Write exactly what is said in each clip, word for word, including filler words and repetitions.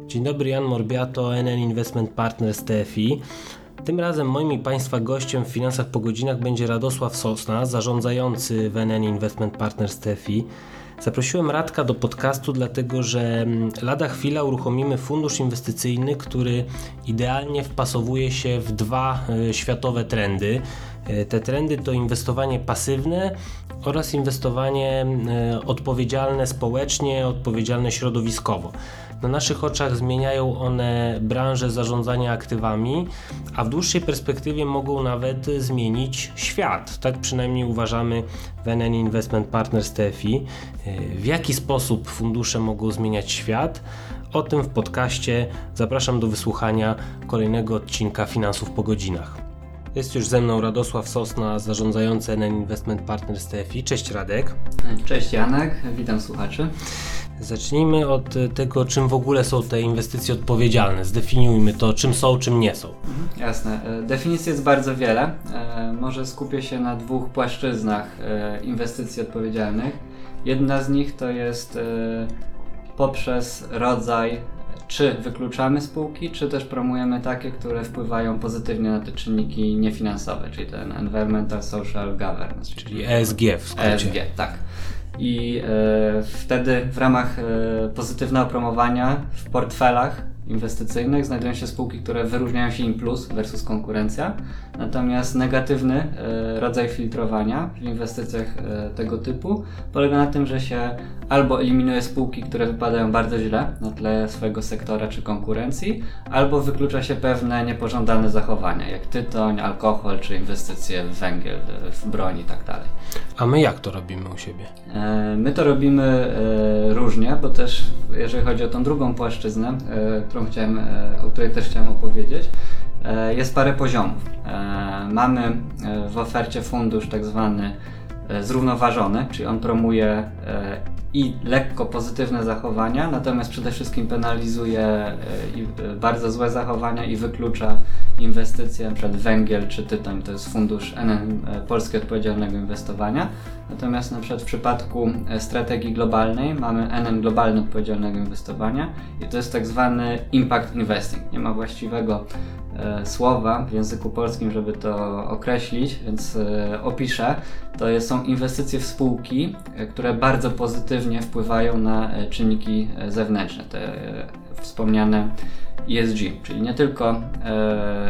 Dzień dobry, Jan Morbiato, N N Investment Partners T F I. Tym razem moim i Państwa gościem w Finansach po godzinach będzie Radosław Sosna, zarządzający w N N Investment Partners T F I. Zaprosiłem Radka do podcastu, dlatego że lada chwila uruchomimy fundusz inwestycyjny, który idealnie wpasowuje się w dwa y, światowe trendy. Y, te trendy to inwestowanie pasywne oraz inwestowanie y, odpowiedzialne społecznie, odpowiedzialne środowiskowo. Na naszych oczach zmieniają one branżę zarządzania aktywami, a w dłuższej perspektywie mogą nawet zmienić świat. Tak przynajmniej uważamy w N N Investment Partners T F I. W jaki sposób fundusze mogą zmieniać świat? O tym w podcaście. Zapraszam do wysłuchania kolejnego odcinka Finansów po godzinach. Jest już ze mną Radosław Sosna, zarządzający N N Investment Partners T F I. Cześć Radek. Cześć Janek, witam słuchaczy. Zacznijmy od tego, czym w ogóle są te inwestycje odpowiedzialne. Zdefiniujmy to, czym są, czym nie są. Jasne. Definicji jest bardzo wiele. Może skupię się na dwóch płaszczyznach inwestycji odpowiedzialnych. Jedna z nich to jest poprzez rodzaj, czy wykluczamy spółki, czy też promujemy takie, które wpływają pozytywnie na te czynniki niefinansowe, czyli ten Environmental, Social, Governance. Czyli E S G w skrócie. E S G, tak. I e, wtedy w ramach e, pozytywnego promowania w portfelach inwestycyjnych znajdują się spółki, które wyróżniają się im plus versus konkurencja. Natomiast negatywny e, rodzaj filtrowania w inwestycjach e, tego typu polega na tym, że się albo eliminuje spółki, które wypadają bardzo źle na tle swojego sektora czy konkurencji, albo wyklucza się pewne niepożądane zachowania, jak tytoń, alkohol czy inwestycje w węgiel, w broń i tak dalej. A my jak to robimy u siebie? E, my to robimy e, różnie, bo też jeżeli chodzi o tą drugą płaszczyznę, e, którą chciałem, e, o której też chciałem opowiedzieć, e, jest parę poziomów. E, mamy e, w ofercie fundusz tak zwany e, zrównoważony, czyli on promuje e, i lekko pozytywne zachowania, natomiast przede wszystkim penalizuje e, i, e, bardzo złe zachowania i wyklucza inwestycje, np. węgiel czy tytoń, to jest fundusz N N e, Polski Odpowiedzialnego Inwestowania. Natomiast na przykład w przypadku e, strategii globalnej mamy N N Globalny Odpowiedzialnego Inwestowania i to jest tak zwany impact investing. Nie ma właściwego e, słowa w języku polskim, żeby to określić, więc e, opiszę. To jest, są inwestycje w spółki, e, które bardzo pozytywnie wpływają na e, czynniki e, zewnętrzne, te e, wspomniane E S G, czyli nie tylko e,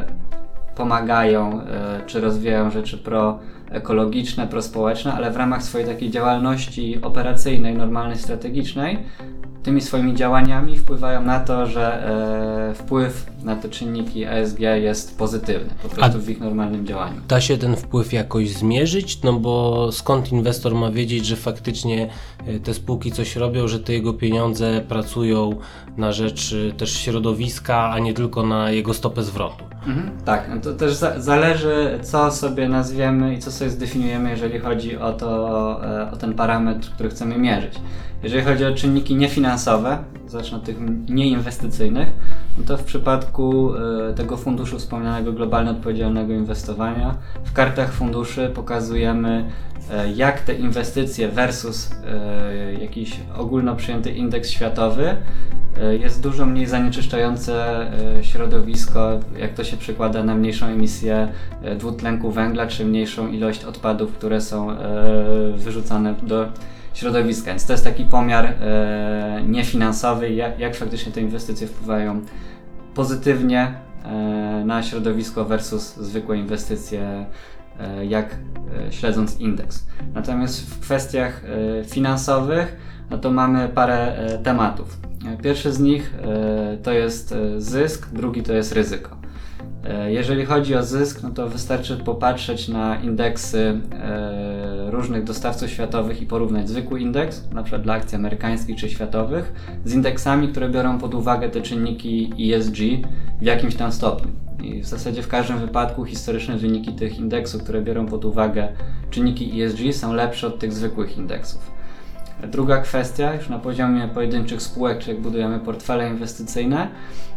pomagają e, czy rozwijają rzeczy proekologiczne, prospołeczne, ale w ramach swojej takiej działalności operacyjnej, normalnej, strategicznej, tymi swoimi działaniami wpływają na to, że e, wpływ na te czynniki E S G jest pozytywny, po prostu A w ich normalnym działaniu. Da się ten wpływ jakoś zmierzyć? No bo skąd inwestor ma wiedzieć, że faktycznie te spółki coś robią, że te jego pieniądze pracują na rzecz też środowiska, a nie tylko na jego stopę zwrotu? Mhm, tak, no to też za- zależy, co sobie nazwiemy i co sobie zdefiniujemy, jeżeli chodzi o to, o ten parametr, który chcemy mierzyć. Jeżeli chodzi o czynniki niefinansowe, zacznę od tych nieinwestycyjnych, no to w przypadku y, tego funduszu wspomnianego Globalnie Odpowiedzialnego Inwestowania w kartach funduszy pokazujemy y, jak te inwestycje versus y, jakiś ogólno przyjęty indeks światowy y, jest dużo mniej zanieczyszczające y, środowisko, jak to się przekłada na mniejszą emisję y, dwutlenku węgla czy mniejszą ilość odpadów, które są y, wyrzucane do środowiska. Więc to jest taki pomiar e, niefinansowy, jak, jak faktycznie te inwestycje wpływają pozytywnie e, na środowisko versus zwykłe inwestycje, e, jak e, śledząc indeks. Natomiast w kwestiach e, finansowych, no to mamy parę e, tematów. Pierwszy z nich e, to jest zysk, drugi to jest ryzyko. Jeżeli chodzi o zysk, no to wystarczy popatrzeć na indeksy e, różnych dostawców światowych i porównać zwykły indeks, na przykład dla akcji amerykańskich czy światowych, z indeksami, które biorą pod uwagę te czynniki E S G w jakimś tam stopniu. I w zasadzie w każdym wypadku historyczne wyniki tych indeksów, które biorą pod uwagę czynniki E S G, są lepsze od tych zwykłych indeksów. Druga kwestia, już na poziomie pojedynczych spółek, czy jak budujemy portfele inwestycyjne,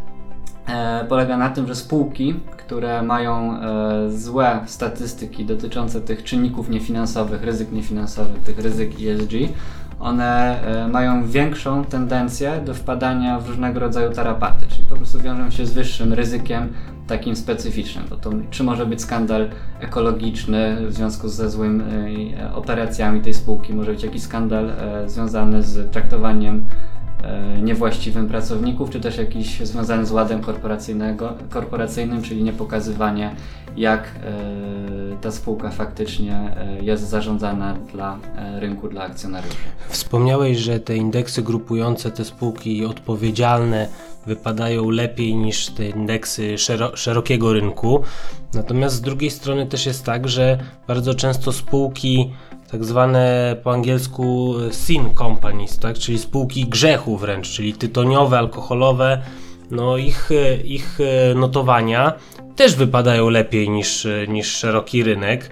E, polega na tym, że spółki, które mają e, złe statystyki dotyczące tych czynników niefinansowych, ryzyk niefinansowych, tych ryzyk E S G, one e, mają większą tendencję do wpadania w różnego rodzaju tarapaty, czyli po prostu wiążą się z wyższym ryzykiem takim specyficznym, bo to czy może być skandal ekologiczny w związku ze złymi e, operacjami tej spółki, może być jakiś skandal e, związany z traktowaniem e, niewłaściwym pracowników, czy też jakiś związany z ładem korporacyjnego, korporacyjnym, czyli niepokazywanie, jak e, ta spółka faktycznie e, jest zarządzana dla e, rynku, dla akcjonariuszy. Wspomniałeś, że te indeksy grupujące te spółki odpowiedzialne wypadają lepiej niż te indeksy szero- szerokiego rynku. Natomiast z drugiej strony też jest tak, że bardzo często spółki tak zwane po angielsku sin companies, tak? Czyli spółki grzechu wręcz, czyli tytoniowe, alkoholowe, no ich, ich notowania też wypadają lepiej niż, niż szeroki rynek.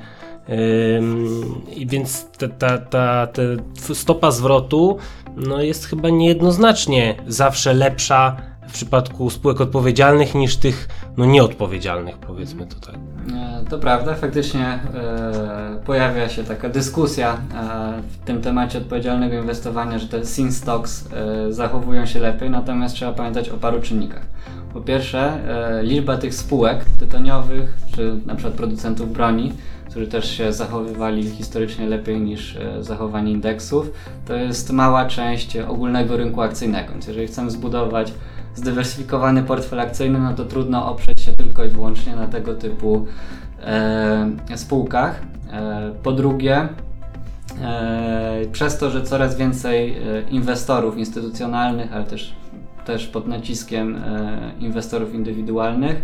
Yy, więc ta, ta, ta, ta stopa zwrotu no jest chyba niejednoznacznie zawsze lepsza w przypadku spółek odpowiedzialnych niż tych no nieodpowiedzialnych, powiedzmy to tak. To prawda, faktycznie e, pojawia się taka dyskusja e, w tym temacie odpowiedzialnego inwestowania, że te sin stocks e, zachowują się lepiej, natomiast trzeba pamiętać o paru czynnikach. Po pierwsze, e, liczba tych spółek tytoniowych, czy na przykład producentów broni, którzy też się zachowywali historycznie lepiej niż e, zachowanie indeksów, to jest mała część ogólnego rynku akcyjnego. Więc jeżeli chcemy zbudować zdywersyfikowany portfel akcyjny, no to trudno oprzeć się tylko i wyłącznie na tego typu e, spółkach. E, po drugie, e, przez to, że coraz więcej e, inwestorów instytucjonalnych, ale też, też pod naciskiem e, inwestorów indywidualnych,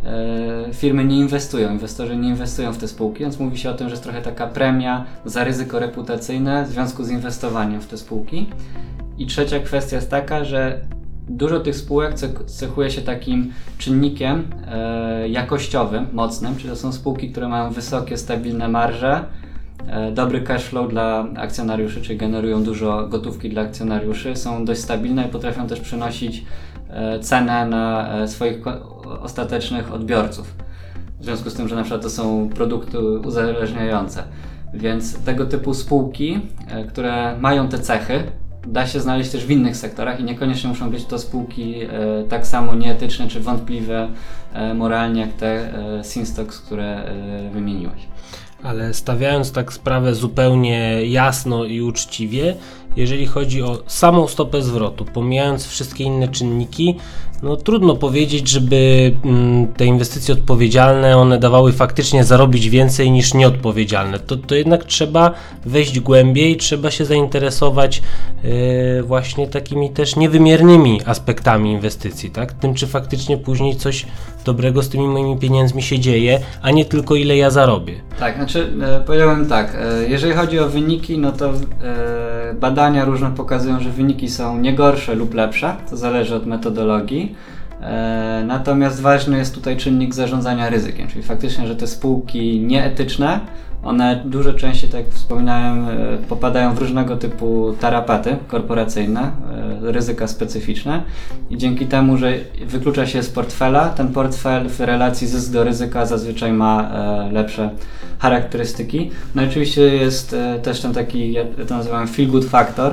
e, firmy nie inwestują, inwestorzy nie inwestują w te spółki, więc mówi się o tym, że jest trochę taka premia za ryzyko reputacyjne w związku z inwestowaniem w te spółki. I trzecia kwestia jest taka, że dużo tych spółek cechuje się takim czynnikiem e, jakościowym, mocnym, czyli to są spółki, które mają wysokie, stabilne marże, e, dobry cash flow dla akcjonariuszy, czyli generują dużo gotówki dla akcjonariuszy, są dość stabilne i potrafią też przynosić e, cenę na e, swoich ko- ostatecznych odbiorców. W związku z tym, że na przykład to są produkty uzależniające. Więc tego typu spółki, e, które mają te cechy, da się znaleźć też w innych sektorach i niekoniecznie muszą być to spółki e, tak samo nieetyczne czy wątpliwe e, moralnie jak te e, sin stocks, które e, wymieniłeś. Ale stawiając tak sprawę zupełnie jasno i uczciwie, jeżeli chodzi o samą stopę zwrotu, pomijając wszystkie inne czynniki, no trudno powiedzieć, żeby mm, te inwestycje odpowiedzialne, one dawały faktycznie zarobić więcej niż nieodpowiedzialne. To, to jednak trzeba wejść głębiej, trzeba się zainteresować yy, właśnie takimi też niewymiernymi aspektami inwestycji, tak? Tym, czy faktycznie później coś dobrego z tymi moimi pieniędzmi się dzieje, a nie tylko ile ja zarobię. Tak, znaczy e, powiedziałbym tak, e, jeżeli chodzi o wyniki, no to e, badania różne pokazują, że wyniki są nie gorsze lub lepsze, to zależy od metodologii. E, natomiast ważny jest tutaj czynnik zarządzania ryzykiem, czyli faktycznie, że te spółki nieetyczne, one dużo częściej, tak jak wspominałem, e, popadają w różnego typu tarapaty korporacyjne, e, ryzyka specyficzne i dzięki temu, że wyklucza się z portfela, ten portfel w relacji zysk do ryzyka zazwyczaj ma e, lepsze charakterystyki. No i oczywiście jest e, też ten taki, ja to nazywam feel good factor,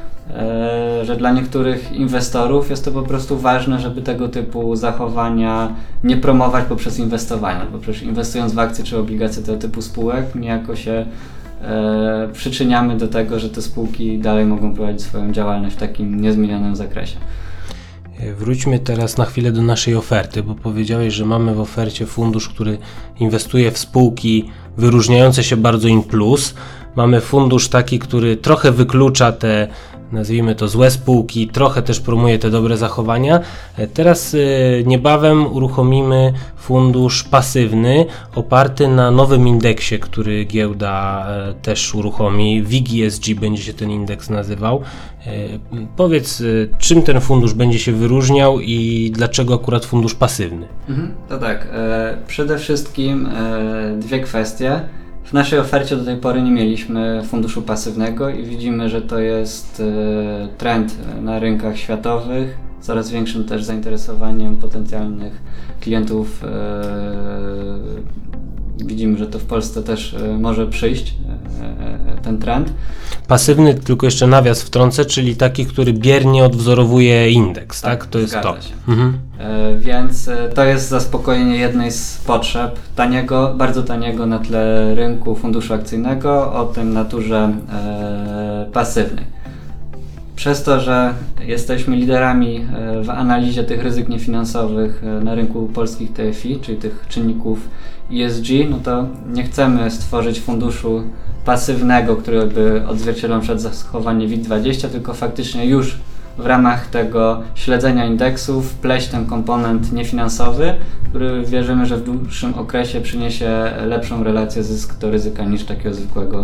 że dla niektórych inwestorów jest to po prostu ważne, żeby tego typu zachowania nie promować poprzez inwestowanie, bo przecież inwestując w akcje czy obligacje tego typu spółek niejako się e, przyczyniamy do tego, że te spółki dalej mogą prowadzić swoją działalność w takim niezmienionym zakresie. Wróćmy teraz na chwilę do naszej oferty, bo powiedziałeś, że mamy w ofercie fundusz, który inwestuje w spółki wyróżniające się bardzo in plus. Mamy fundusz taki, który trochę wyklucza te, nazwijmy to, złe spółki, trochę też promuje te dobre zachowania. Teraz niebawem uruchomimy fundusz pasywny oparty na nowym indeksie, który giełda też uruchomi. W I G I E S G będzie się ten indeks nazywał. Powiedz, czym ten fundusz będzie się wyróżniał i dlaczego akurat fundusz pasywny? Mhm, to tak, e, przede wszystkim e, dwie kwestie. W naszej ofercie do tej pory nie mieliśmy funduszu pasywnego i widzimy, że to jest e, trend na rynkach światowych, coraz większym też zainteresowaniem potencjalnych klientów. E, widzimy, że to w Polsce też e, może przyjść, e, ten ten trend. Pasywny, tylko jeszcze nawias wtrącę, czyli taki, który biernie odwzorowuje indeks, tak? Tak, To jest zgadza to. się. Mhm. E, Więc e, to jest zaspokojenie jednej z potrzeb taniego, bardzo taniego na tle rynku funduszu akcyjnego o tym naturze e, pasywnej. Przez to, że jesteśmy liderami e, w analizie tych ryzyk niefinansowych e, na rynku polskich T F I, czyli tych czynników E S G, no to nie chcemy stworzyć funduszu pasywnego, który by odzwierciedlał na przykład zachowanie WIG dwadzieścia, tylko faktycznie już w ramach tego śledzenia indeksów wpleść ten komponent niefinansowy, który wierzymy, że w dłuższym okresie przyniesie lepszą relację zysk do ryzyka niż takiego zwykłego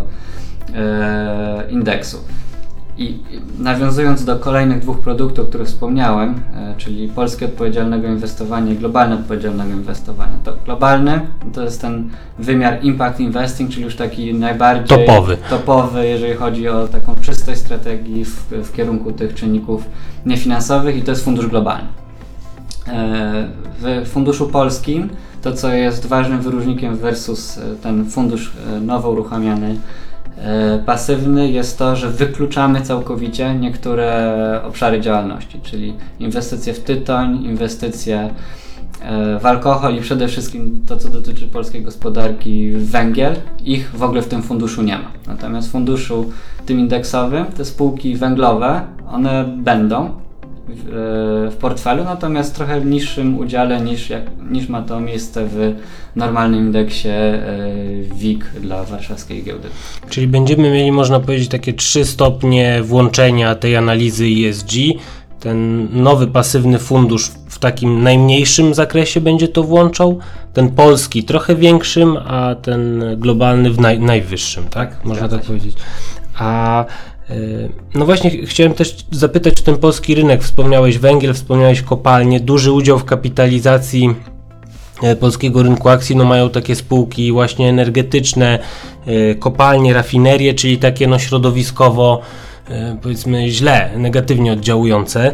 e, indeksu. I nawiązując do kolejnych dwóch produktów, o których wspomniałem, e, czyli polskie odpowiedzialnego inwestowania i globalne odpowiedzialnego inwestowania, to globalny to jest ten wymiar impact investing, czyli już taki najbardziej Topowy. topowy, jeżeli chodzi o taką czystość strategii w, w kierunku tych czynników niefinansowych, i to jest fundusz globalny. E, w funduszu polskim to, co jest ważnym wyróżnikiem versus ten fundusz e, nowo uruchamiany E, pasywny, jest to, że wykluczamy całkowicie niektóre obszary działalności, czyli inwestycje w tytoń, inwestycje e, w alkohol i przede wszystkim to, co dotyczy polskiej gospodarki, w węgiel. Ich w ogóle w tym funduszu nie ma. Natomiast w funduszu tym indeksowym te spółki węglowe, one będą w, w portfelu, natomiast trochę w niższym udziale niż, jak, niż ma to miejsce w normalnym indeksie WIG dla warszawskiej giełdy. Czyli będziemy mieli, można powiedzieć, takie trzy stopnie włączenia tej analizy E S G. Ten nowy pasywny fundusz w takim najmniejszym zakresie będzie to włączał, ten polski trochę większym, a ten globalny w naj, najwyższym, tak? Można tak powiedzieć. A no właśnie chciałem też zapytać o ten polski rynek. Wspomniałeś węgiel, wspomniałeś kopalnie, duży udział w kapitalizacji polskiego rynku akcji no mają takie spółki właśnie energetyczne, kopalnie, rafinerie, czyli takie no środowiskowo powiedzmy źle, negatywnie oddziałujące.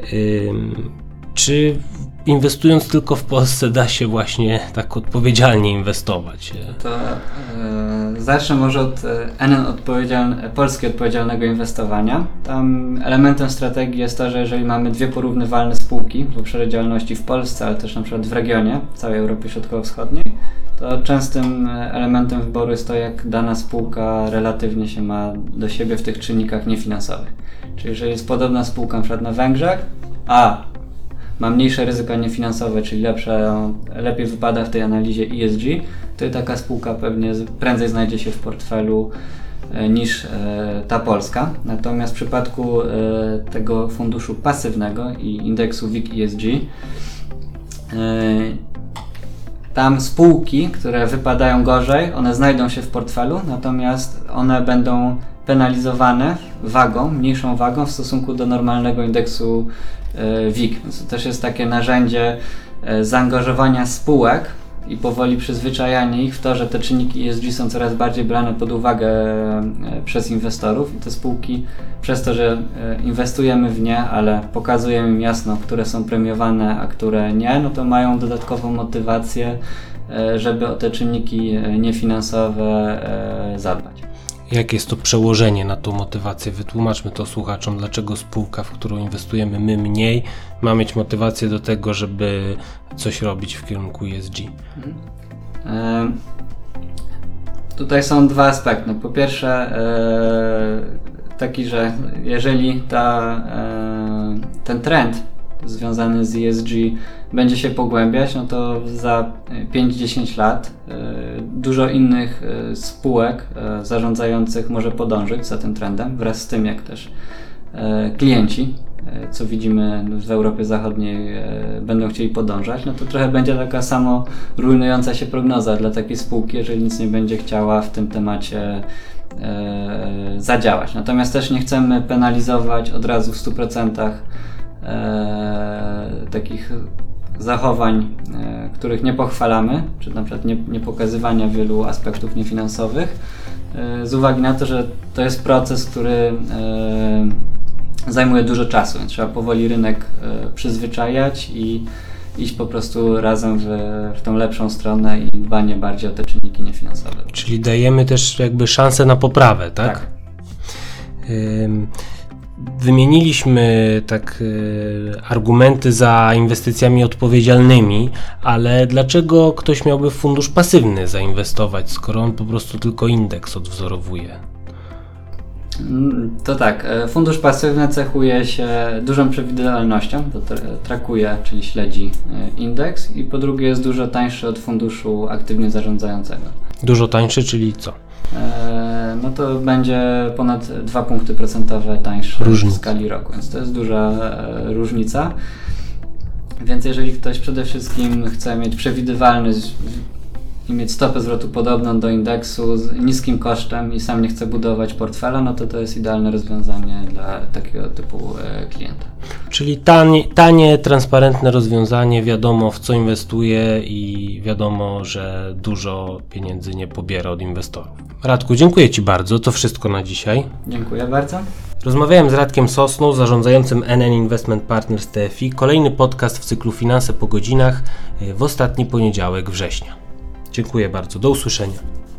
Czy inwestując tylko w Polsce da się właśnie tak odpowiedzialnie inwestować? To e, zacznę może od N N odpowiedzialne, Polski odpowiedzialnego inwestowania. Tam elementem strategii jest to, że jeżeli mamy dwie porównywalne spółki w obszarze działalności w Polsce, ale też na przykład w regionie całej Europy Środkowo-Wschodniej, to częstym elementem wyboru jest to, jak dana spółka relatywnie się ma do siebie w tych czynnikach niefinansowych. Czyli jeżeli jest podobna spółka na przykład na Węgrzech, a ma mniejsze ryzyka niefinansowe, czyli lepsze, lepiej wypada w tej analizie E S G, to taka spółka pewnie prędzej znajdzie się w portfelu e, niż e, ta polska. Natomiast w przypadku e, tego funduszu pasywnego i indeksu WIG E S G, e, tam spółki, które wypadają gorzej, one znajdą się w portfelu, natomiast one będą penalizowane wagą, mniejszą wagą w stosunku do normalnego indeksu WIG. Więc to też jest takie narzędzie zaangażowania spółek i powoli przyzwyczajanie ich w to, że te czynniki E S G są coraz bardziej brane pod uwagę przez inwestorów i te spółki przez to, że inwestujemy w nie, ale pokazujemy im jasno, które są premiowane, a które nie, no to mają dodatkową motywację, żeby o te czynniki niefinansowe zadbać. Jakie jest to przełożenie na tą motywację? Wytłumaczmy to słuchaczom, dlaczego spółka, w którą inwestujemy my mniej, ma mieć motywację do tego, żeby coś robić w kierunku E S G. Mhm. E, tutaj są dwa aspekty. Po pierwsze e, taki, że jeżeli ta, e, ten trend związany z E S G będzie się pogłębiać, no to za pięć do dziesięciu lat y, dużo innych y, spółek y, zarządzających może podążyć za tym trendem, wraz z tym jak też y, klienci, y, co widzimy w Europie Zachodniej, y, będą chcieli podążać, no to trochę będzie taka samo rujnująca się prognoza dla takiej spółki, jeżeli nic nie będzie chciała w tym temacie y, zadziałać. Natomiast też nie chcemy penalizować od razu w stu procentach e, takich zachowań, e, których nie pochwalamy, czy na przykład nie, nie pokazywania wielu aspektów niefinansowych, e, z uwagi na to, że to jest proces, który e, zajmuje dużo czasu, więc trzeba powoli rynek e, przyzwyczajać i, iść po prostu razem w, w tą lepszą stronę i dbanie bardziej o te czynniki niefinansowe. Czyli dajemy też jakby szansę na poprawę, tak? Tak. Ym, Wymieniliśmy tak y, argumenty za inwestycjami odpowiedzialnymi, ale dlaczego ktoś miałby w fundusz pasywny zainwestować, skoro on po prostu tylko indeks odwzorowuje? To tak, fundusz pasywny cechuje się dużą przewidywalnością, to trakuje, czyli śledzi indeks, i po drugie jest dużo tańszy od funduszu aktywnie zarządzającego. Dużo tańszy, czyli co? No to będzie ponad dwa punkty procentowe tańsze Różnica. w skali roku, więc to jest duża różnica. Więc jeżeli ktoś przede wszystkim chce mieć przewidywalny i mieć stopę zwrotu podobną do indeksu z niskim kosztem i sam nie chce budować portfela, no to to jest idealne rozwiązanie dla takiego typu klienta. Czyli tanie, tanie, transparentne rozwiązanie, wiadomo w co inwestuje i wiadomo, że dużo pieniędzy nie pobiera od inwestorów. Radku, dziękuję Ci bardzo, to wszystko na dzisiaj. Dziękuję bardzo. Rozmawiałem z Radkiem Sosną, zarządzającym N N Investment Partners T F I. Kolejny podcast w cyklu Finanse po godzinach w ostatni poniedziałek września. Dziękuję bardzo, do usłyszenia.